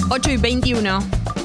8:21.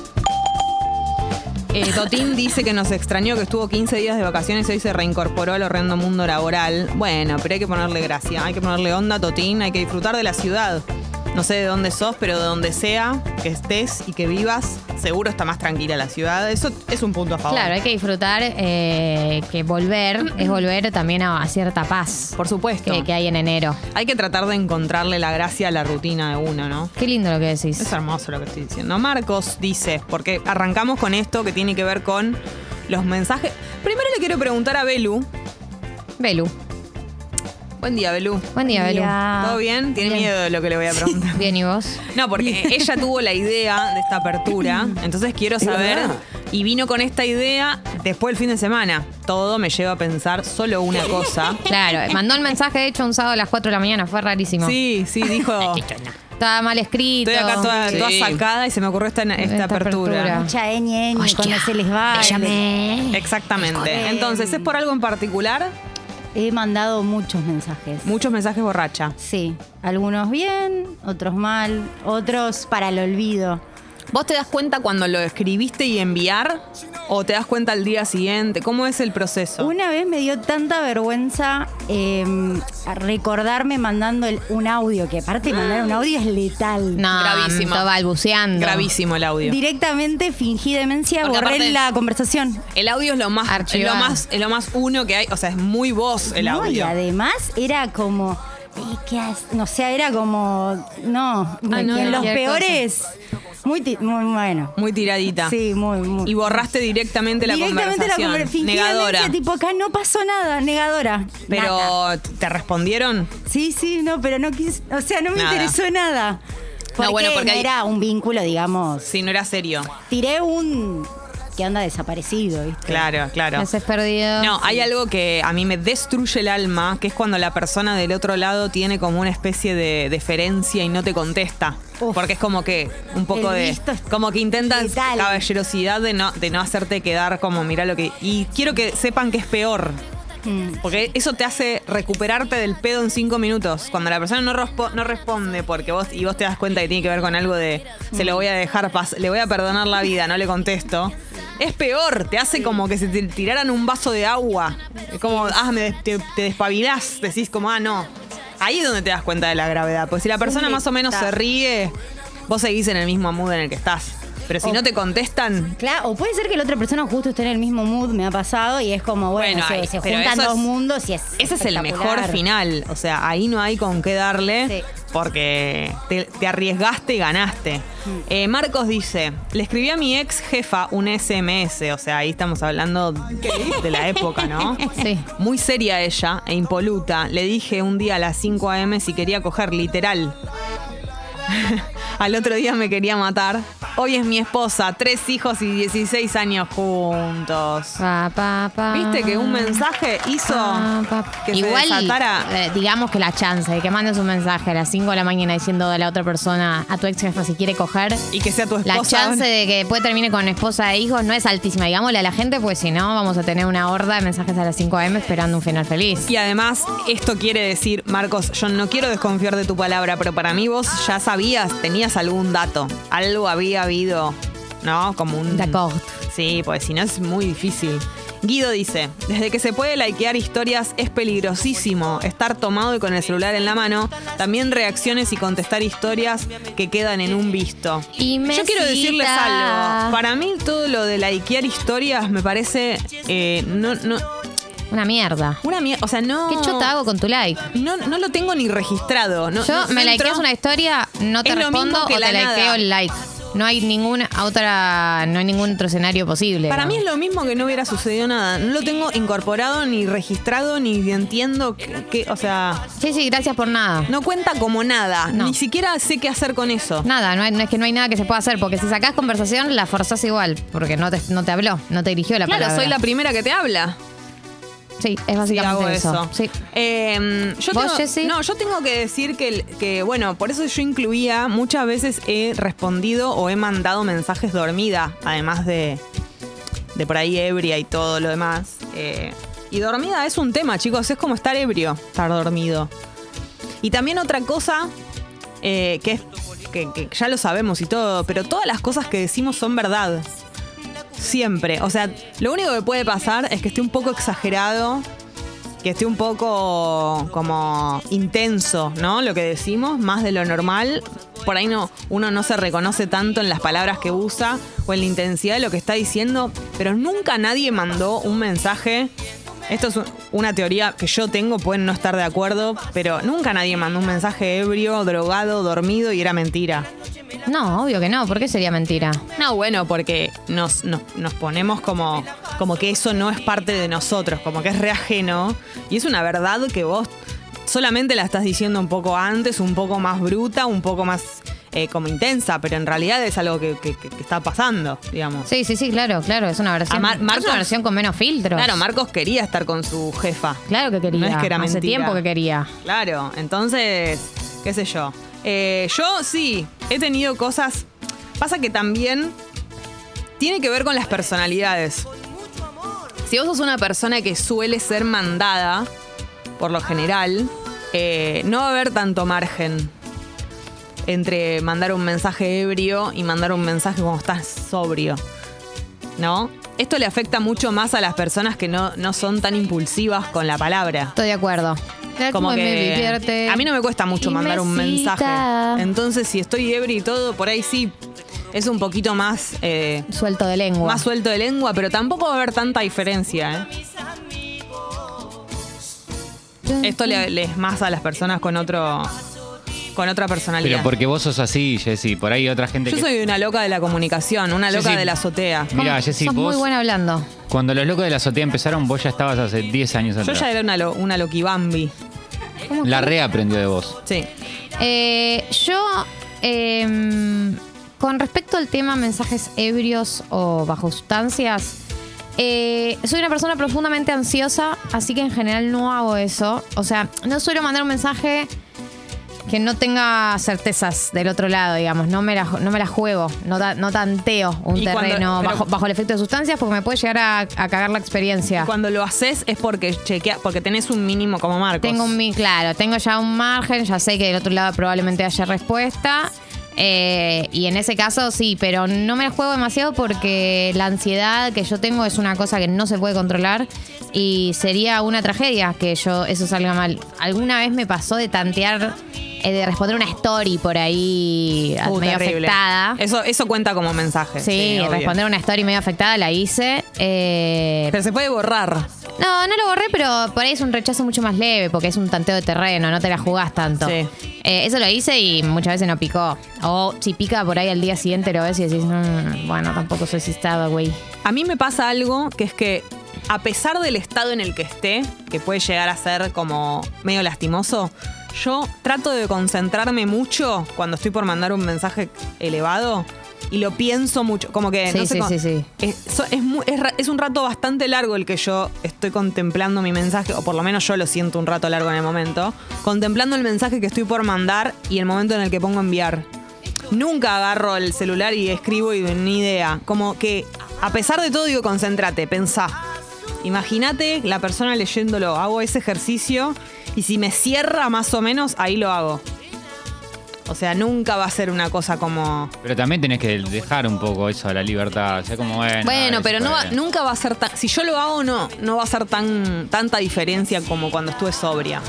Totín dice que nos extrañó, que estuvo 15 días de vacaciones y hoy se reincorporó al horrendo mundo laboral. Bueno, pero hay que ponerle gracia, hay que ponerle onda, Totín, hay que disfrutar de la ciudad. No sé de dónde sos, pero de donde sea que estés y que vivas, seguro está más tranquila la ciudad. Eso es un punto a favor. Claro, hay que disfrutar que volver es volver también a cierta paz. Por supuesto. Que hay en enero. Hay que tratar de encontrarle la gracia a la rutina de uno, ¿no? Qué lindo lo que decís. Es hermoso lo que estoy diciendo. Marcos dice, porque arrancamos con esto que tiene que ver con los mensajes. Primero le quiero preguntar a Belu. Belu. Buen día, Belu. Buen día, Belu. ¿Todo bien? Tiene Bien. miedo de lo que le voy a preguntar. Bien, ¿y vos? No, porque ella tuvo la idea de esta apertura, entonces quiero saber, y vino con esta idea después del fin de semana. Todo me lleva a pensar solo una cosa. Claro, mandó el mensaje, de hecho, un sábado a las 4 de la mañana, fue rarísimo. Sí, dijo, Estaba mal escrito. estoy acá toda Sí. sacada y se me ocurrió esta apertura. Mucha ñ cuando se les va. Me llamé. Exactamente. Entonces, ¿es por algo en particular? He mandado muchos mensajes. Muchos mensajes borracha. Sí, algunos bien, otros mal, otros para el olvido. ¿Vos te das cuenta cuando lo escribiste y enviar? ¿O te das cuenta al día siguiente? ¿Cómo es el proceso? Una vez me dio tanta vergüenza recordarme mandando un audio, que aparte mandar un audio es letal. No, Gravísimo. estaba balbuceando. Gravísimo el audio. Directamente fingí demencia, Porque borré aparte- la conversación. El audio es lo más, Archivado. es lo más uno que hay. O sea, es muy vos el No, y audio. además era como... ¿qué haces? No sé, era como... No, no, en los cualquier peores... Muy bueno. Muy tiradita. Sí, muy. Y borraste directamente la conversación. Fingí Negadora. demencia, tipo, acá no pasó nada, negadora. Pero, Nada. ¿te respondieron? Sí, no, pero no quise, o sea, no me Nada. interesó nada. Porque, bueno, porque no hay- era un vínculo, digamos. Sí, no era serio. Tiré un que anda desaparecido, ¿viste? Claro. Ese es perdido. No, hay algo que a mí me destruye el alma, que es cuando la persona del otro lado tiene como una especie de deferencia y no te contesta. Uf. Porque es como que un poco El de... visto es Como que intentas letal. caballerosidad de no hacerte quedar como mirá lo que... Y quiero que sepan que es peor. Porque eso te hace recuperarte del pedo en 5 minutos. Cuando la persona no responde porque vos te das cuenta que tiene que ver con algo de se lo voy a dejar le voy a perdonar la vida, no le contesto. Es peor, te hace como que se te tiraran un vaso de agua. Es como, te despabilás, decís como, no. Ahí es donde te das cuenta de la gravedad. Porque si la persona más o menos se ríe, vos seguís en el mismo mood en el que estás. Pero si no te contestan... Claro, o puede ser que la otra persona justo esté en el mismo mood, me ha pasado, y es como, bueno, Bueno, se pero juntan eso dos es- mundos y es Ese es el espectacular. mejor final. O sea, ahí no hay con qué darle Sí. porque te arriesgaste y ganaste. Marcos dice, le escribí a mi ex jefa un SMS. O sea, ahí estamos hablando de la época, ¿no? Sí. Muy seria ella e impoluta. Le dije un día a las 5 a.m. si quería coger, literal. Al otro día me quería matar. Hoy es mi esposa, 3 hijos y 16 años juntos. ¿Viste que un mensaje hizo que Igual, se desatara? digamos que la chance de que mandes un mensaje a las 5 de la mañana diciendo a la otra persona, a tu ex jefa, si quiere coger, Y que sea tu la esposa. chance de que después termine con esposa e hijos no es altísima. Digámosle a la gente, pues si no, vamos a tener una horda de mensajes a las 5 a.m. esperando un final feliz. Y además, esto quiere decir, Marcos, yo no quiero desconfiar de tu palabra, pero para mí vos ya sabías, tenías algún dato. Algo había habido, ¿no? Como un... D'accord. Sí, pues si no es muy difícil. Guido dice, desde que se puede likear historias es peligrosísimo estar tomado y con el celular en la mano. También reacciones y contestar historias que quedan en un visto. Y Yo quiero decirles algo. Para mí todo lo de likear historias me parece... Una mierda. una mierda. O sea, no... ¿Qué chota hago con tu like? No lo tengo ni registrado. No, Yo no me entro- likeas una historia, no te Es lo respondo mismo que o la te likeo nada. el like. No hay ningún otro escenario posible. Para ¿no? mí es lo mismo que no hubiera sucedido nada. No lo tengo incorporado, ni registrado, ni entiendo o sea, Sí, gracias por nada. no cuenta como nada. No. Ni siquiera sé qué hacer con eso. Nada, no es que no hay nada que se pueda hacer, porque si sacás conversación la forzás igual, porque no te habló, no te dirigió la Claro, palabra. soy la primera que te habla. Sí, es Si básicamente hago eso. Sí. Yo ¿Vos, tengo, Jessy? no, yo tengo que decir que, bueno, por eso yo incluía, muchas veces he respondido o he mandado mensajes dormida, además de por ahí ebria y todo lo demás. Y dormida es un tema, chicos, es como estar ebrio, estar dormido. Y también otra cosa que es que ya lo sabemos y todo, pero todas las cosas que decimos son verdad. Siempre. O sea, lo único que puede pasar es que esté un poco exagerado, que esté un poco como intenso, ¿no? Lo que decimos, más de lo normal. Por ahí uno no se reconoce tanto en las palabras que usa o en la intensidad de lo que está diciendo, pero nunca nadie mandó un mensaje. Esto es una teoría que yo tengo, pueden no estar de acuerdo, pero nunca nadie mandó un mensaje ebrio, drogado, dormido y era mentira. No, obvio que no. ¿Por qué sería mentira? No, bueno, porque nos ponemos como que eso no es parte de nosotros, como que es re ajeno. Y es una verdad que vos solamente la estás diciendo un poco antes, un poco más bruta, un poco más como intensa, pero en realidad es algo que está pasando, digamos. Sí, claro. Es una versión, es una versión con menos filtros. Claro, Marcos quería estar con su jefa. Claro que quería. No es que era Hace mentira. tiempo que quería. Claro, entonces, qué sé yo. Yo sí, he tenido cosas. Pasa que también tiene que ver con las personalidades. Si vos sos una persona que suele ser mandada, por lo general, no va a haber tanto margen entre mandar un mensaje ebrio y mandar un mensaje cuando estás sobrio, ¿no? Esto le afecta mucho más a las personas que no son tan impulsivas con la palabra. Estoy de acuerdo. Como Me que divierte. a mí no me cuesta mucho Y mandar un mensaje. mesita. Entonces, si estoy ebrio y todo, por ahí sí es un poquito más Suelto de lengua. más suelto de lengua, pero tampoco va a haber tanta diferencia, ¿eh? Esto le es más a las personas con otra personalidad. Pero porque vos sos así, Jessy. Por ahí otra gente Yo que... soy una loca de la comunicación, una loca Jessy, de la azotea. Mira, Jessy, Sos vos... muy buena hablando. Cuando los locos de la azotea empezaron, vos ya estabas hace 10 años Yo atrás. ya era una loquibambi. La reaprendió de vos. Sí. Con respecto al tema mensajes ebrios o bajo sustancias, soy una persona profundamente ansiosa, así que en general no hago eso. O sea, no suelo mandar un mensaje que no tenga certezas del otro lado, digamos. No me la juego, no tanteo un Y cuando- terreno pero- bajo el efecto de sustancias porque me puede llegar a cagar la experiencia. Cuando lo haces es porque porque tenés un mínimo como Marcos. Claro, tengo ya un margen, ya sé que del otro lado probablemente haya respuesta. Y en ese caso sí, pero no me la juego demasiado porque la ansiedad que yo tengo es una cosa que no se puede controlar y sería una tragedia que eso salga mal. Alguna vez me pasó de tantear, de responder una story por ahí medio terrible. afectada. Eso cuenta como mensaje. Sí, obvio. responder una story medio afectada la hice. Pero se puede borrar. No lo borré, pero por ahí es un rechazo mucho más leve porque es un tanteo de terreno, no te la jugás tanto. Sí. Eso lo hice y muchas veces no picó. O si pica por ahí al día siguiente lo ves y decís, bueno, tampoco soy si estaba, güey. A mí me pasa algo que es que a pesar del estado en el que esté, que puede llegar a ser como medio lastimoso, yo trato de concentrarme mucho cuando estoy por mandar un mensaje elevado y lo pienso mucho. Como que, no sé Sí. Es un rato bastante largo el que yo estoy contemplando mi mensaje, o por lo menos yo lo siento un rato largo en el momento, contemplando el mensaje que estoy por mandar y el momento en el que pongo enviar. Nunca agarro el celular y escribo y ni idea. Como que, a pesar de todo, digo, concéntrate, pensá. Imagínate la persona leyéndolo, hago ese ejercicio y si me cierra más o menos, ahí lo hago. O sea, nunca va a ser una cosa como... Pero también tenés que dejar un poco eso a la libertad. O sea, como bueno. pero nunca va a ser tan... Si yo lo hago, no va a ser tanta diferencia como cuando estuve sobria.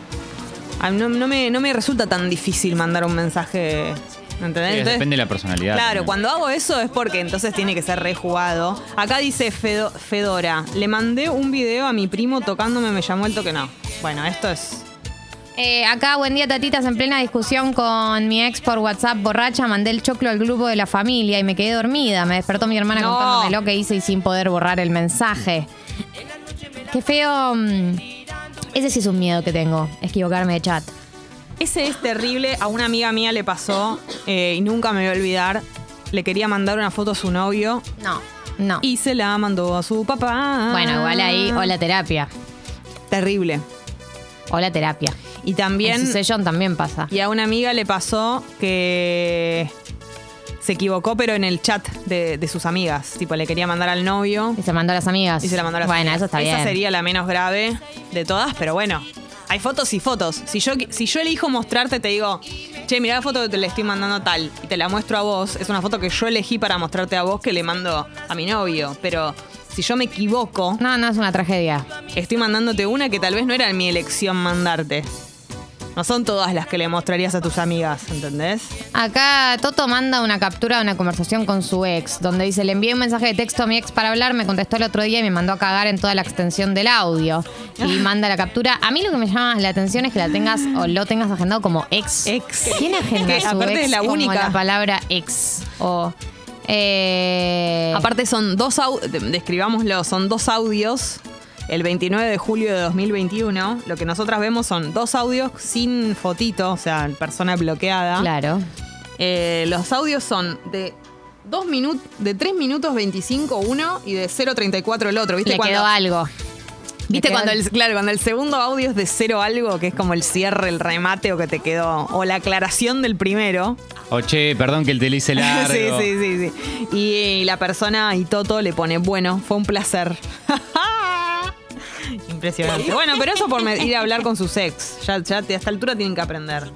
No me resulta tan difícil mandar un mensaje... ¿Entendés? Sí, Entonces, depende de la personalidad. claro, también. cuando hago eso es porque entonces tiene que ser rejugado. Acá dice Fedora, le mandé un video a mi primo tocándome, me llamó el toque. No. Bueno, esto es... Acá, buen día, tatitas, en plena discusión con mi ex por WhatsApp borracha, mandé el choclo al grupo de la familia y me quedé dormida. Me despertó mi hermana No. contándome lo que hice y sin poder borrar el mensaje. Qué feo. Ese sí es un miedo que tengo, equivocarme de chat. Ese es terrible. A una amiga mía le pasó y nunca me voy a olvidar. Le quería mandar una foto a su novio No. y se la mandó a su papá. Bueno, igual ahí, o la terapia. Terrible. O la terapia. Y también... En Session también pasa. Y a una amiga le pasó que se equivocó, pero en el chat de sus amigas. Tipo, le quería mandar al novio Y se mandó a las amigas. y se la mandó a las Bueno, amigas. eso está bien. Esa sería la menos grave de todas, pero bueno. hay fotos y fotos. Si yo elijo mostrarte, te digo, che, mirá la foto que te le estoy mandando a tal y te la muestro a vos, es una foto que yo elegí para mostrarte a vos que le mando a mi novio. Pero si yo me equivoco, No es una tragedia. estoy mandándote una que tal vez no era mi elección mandarte. No son todas las que le mostrarías a tus amigas, ¿entendés? Acá Toto manda una captura de una conversación con su ex, donde dice, le envié un mensaje de texto a mi ex para hablar, me contestó el otro día y me mandó a cagar en toda la extensión del audio. Y manda la captura. A mí lo que me llama la atención es que la tengas o lo tengas agendado como ex. Ex. ¿Quién agenda Que su aparte ex es la como única. la palabra ex? O... Aparte son describámoslo, son 2 audios. El 29 de julio de 2021, lo que nosotras vemos son 2 audios sin fotito, o sea, persona bloqueada. Claro. Los audios son de 3 minutos 25 uno y de 0.34 el otro. ¿Viste Le cuando, quedó algo. ¿viste Le cuando quedó- cuando el segundo audio es de 0 algo, que es como el cierre, el remate o que te quedó, o la aclaración del primero? O che, perdón que te le hice largo. Sí. Y la persona y Toto le pone, bueno, fue un placer. Impresionante. Bueno, pero eso por ir a hablar con sus ex. Ya a esta altura tienen que aprender.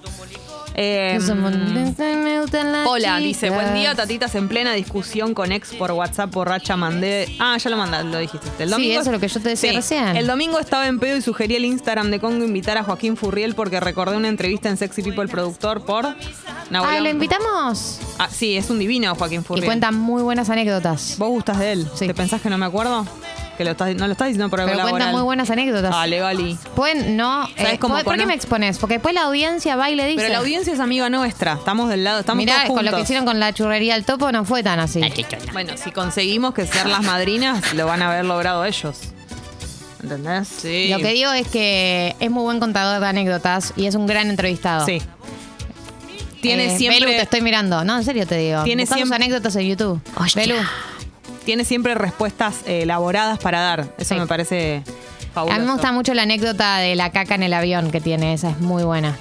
Hola, dice, buen día, tatitas en plena discusión con ex por WhatsApp, borracha, mandé... Ah, ya lo dijiste. Sí, eso es lo que yo te decía recién. El domingo estaba en pedo y sugerí el Instagram de Congo invitar a Joaquín Furriel porque recordé una entrevista en Sexy People productor por... ¿lo invitamos? Ah, sí, es un divino Joaquín Y Furriel. cuenta muy buenas anécdotas. ¿Vos gustas de él? Sí. ¿Te pensás que no me acuerdo? Que no lo estás diciendo por algo Pero cuenta laboral. muy buenas anécdotas. Dale, Gali. Pueden, no. ¿Sabes cómo ¿Por qué poner? me expones? Porque después la audiencia va y le dice. Pero la audiencia es amiga nuestra. Estamos del lado, estamos Mirá, todos juntos. con lo que hicieron con la churrería del topo no fue tan así. Bueno, si conseguimos que ser las madrinas, lo van a haber logrado ellos. ¿Entendés? Sí. Lo que digo es que es muy buen contador de anécdotas y es un gran entrevistado. Sí. Tiene siempre... Belu, te estoy mirando. No, en serio te digo. Tiene Buscá sus siempre- anécdotas en YouTube. Belu. Tiene siempre respuestas elaboradas para dar. Eso Sí. me parece A fabuloso. mí me gusta mucho la anécdota de la caca en el avión que tiene. Esa es muy buena.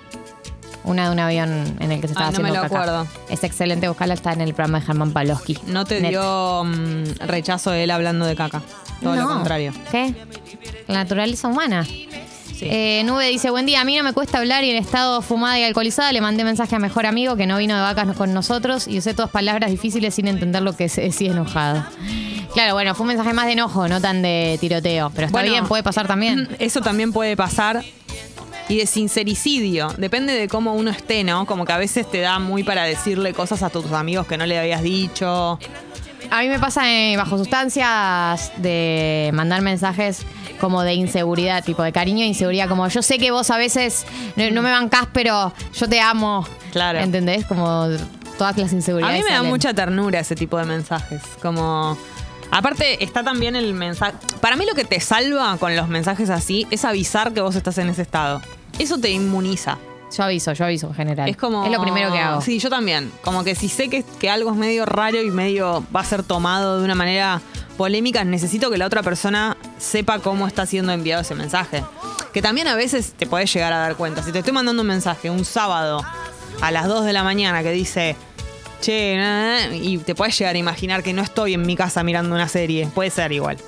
Una de un avión en el que se estaba Ay, no me haciendo lo caca. acuerdo. Es excelente buscarla. Está en el programa de Germán Paloski. No te Net. dio rechazo él hablando de caca. Todo lo No. contrario. ¿Qué? La naturaleza humana. Sí. Nube dice, buen día, a mí no me cuesta hablar y en estado fumada y alcoholizada le mandé mensaje a mejor amigo que no vino de vacas con nosotros y usé todas palabras difíciles sin entender lo que se decía enojado. Claro, bueno, fue un mensaje más de enojo, no tan de tiroteo, pero está Bueno, bien, puede pasar también. Eso también puede pasar. Y de sincericidio. Depende de cómo uno esté, ¿no? Como que a veces te da muy para decirle cosas a tus amigos que no le habías dicho. A mí me pasa bajo sustancias de mandar mensajes como de inseguridad, tipo de cariño e inseguridad, como yo sé que vos a veces no me bancás, pero yo te amo. Claro. ¿Entendés? Como todas las A inseguridades. mí me da salen. mucha ternura ese tipo de mensajes. Como. Aparte, está también el mensaje. Para mí, lo que te salva con los mensajes así es avisar que vos estás en ese estado. Eso te inmuniza. Yo aviso en general. Es como. Es lo primero que hago. Sí, yo también. Como que si sé que algo es medio raro y medio va a ser tomado de una manera polémica, necesito que la otra persona sepa cómo está siendo enviado ese mensaje. Que también a veces te podés llegar a dar cuenta. Si te estoy mandando un mensaje un sábado a las 2 de la mañana que dice, che, y te podés llegar a imaginar que no estoy en mi casa mirando una serie. Puede ser igual.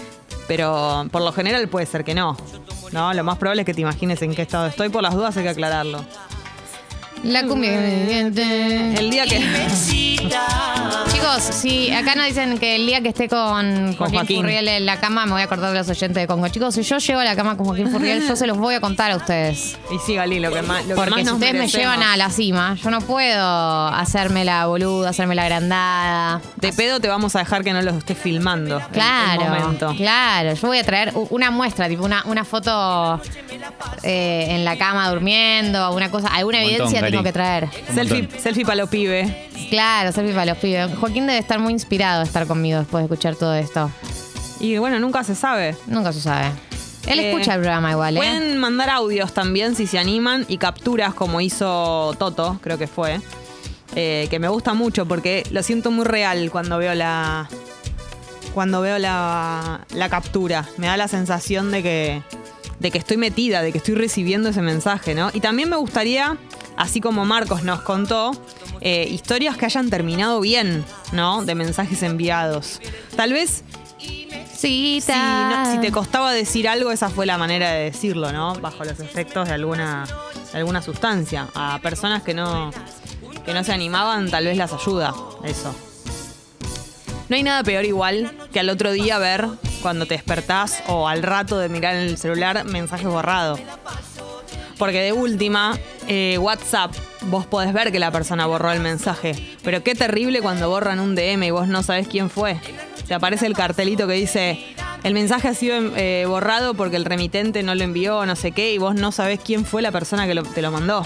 Pero por lo general puede ser que no. No, lo más probable es que te imagines en qué estado estoy. Por las dudas hay que aclararlo. La cumbia. El día que... Chicos, si acá nos dicen que el día que esté con Joaquín. Furriel en la cama me voy a acordar de los oyentes de Congo. Chicos, si yo llego a la cama con Joaquín Furriel, yo se los voy a contar a ustedes. Y sí, Gali, lo que más Porque si nos ustedes me merecemos. llevan a la cima, yo no puedo hacerme la boluda, hacerme la agrandada. De pedo te vamos a dejar que no los estés filmando. en Claro, un momento. claro. Yo voy a traer una muestra, tipo una foto en la cama durmiendo, una cosa, alguna Un montón, evidencia Gali. tengo que traer. Un montón. Selfie para los pibes. Claro, selfie para los pibes. Joaquín debe estar muy inspirado de estar conmigo después de escuchar todo esto. Y bueno, nunca se sabe. Nunca se sabe. Él Eh, escucha el programa igual, ¿eh? Pueden mandar audios también si se animan y capturas como hizo Toto, creo que fue. Que me gusta mucho porque lo siento muy real cuando veo la captura. Me da la sensación de que estoy metida, de que estoy recibiendo ese mensaje, ¿no? Y también me gustaría, así como Marcos nos contó, historias que hayan terminado bien, ¿no? De mensajes enviados. Tal vez cositas. Si te costaba decir algo, esa fue la manera de decirlo, ¿no? Bajo los efectos de alguna sustancia. A personas que no se animaban, tal vez las ayuda eso. No hay nada peor igual que al otro día ver, cuando te despertás o al rato de mirar el celular, mensajes borrados. Porque de última, WhatsApp, vos podés ver que la persona borró el mensaje. Pero qué terrible cuando borran un DM y vos no sabés quién fue. Te aparece el cartelito que dice, el mensaje ha sido borrado porque el remitente no lo envió, no sé qué, y vos no sabés quién fue la persona que te lo mandó.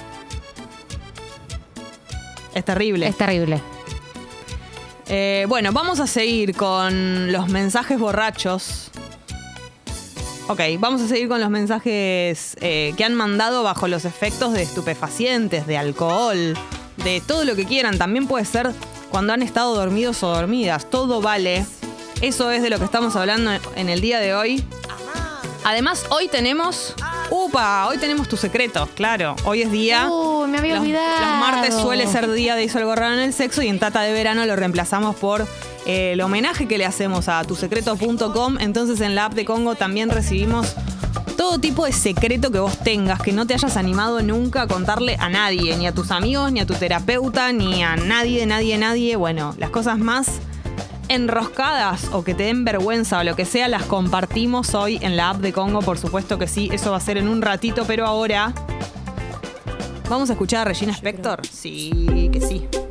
Es terrible. Es terrible. Bueno, vamos a seguir con los mensajes borrachos. Ok, vamos a seguir con los mensajes que han mandado bajo los efectos de estupefacientes, de alcohol, de todo lo que quieran. También puede ser cuando han estado dormidos o dormidas. Todo vale. Eso es de lo que estamos hablando en el día de hoy. Además, hoy tenemos... Hoy tenemos tus secretos, claro. Hoy es día... Me había olvidado. Los martes suele ser día de Hizo algo raro en el sexo y en Tata de Verano lo reemplazamos por el homenaje que le hacemos a tusecretos.com. Entonces en la app de Congo también recibimos todo tipo de secreto que vos tengas, que no te hayas animado nunca a contarle a nadie, ni a tus amigos, ni a tu terapeuta, ni a nadie. Bueno, las cosas más enroscadas o que te den vergüenza o lo que sea, las compartimos hoy en la app de Congo, por supuesto que sí, eso va a ser en un ratito, pero ahora... ¿Vamos a escuchar a Regina Spektor? Sí, que sí.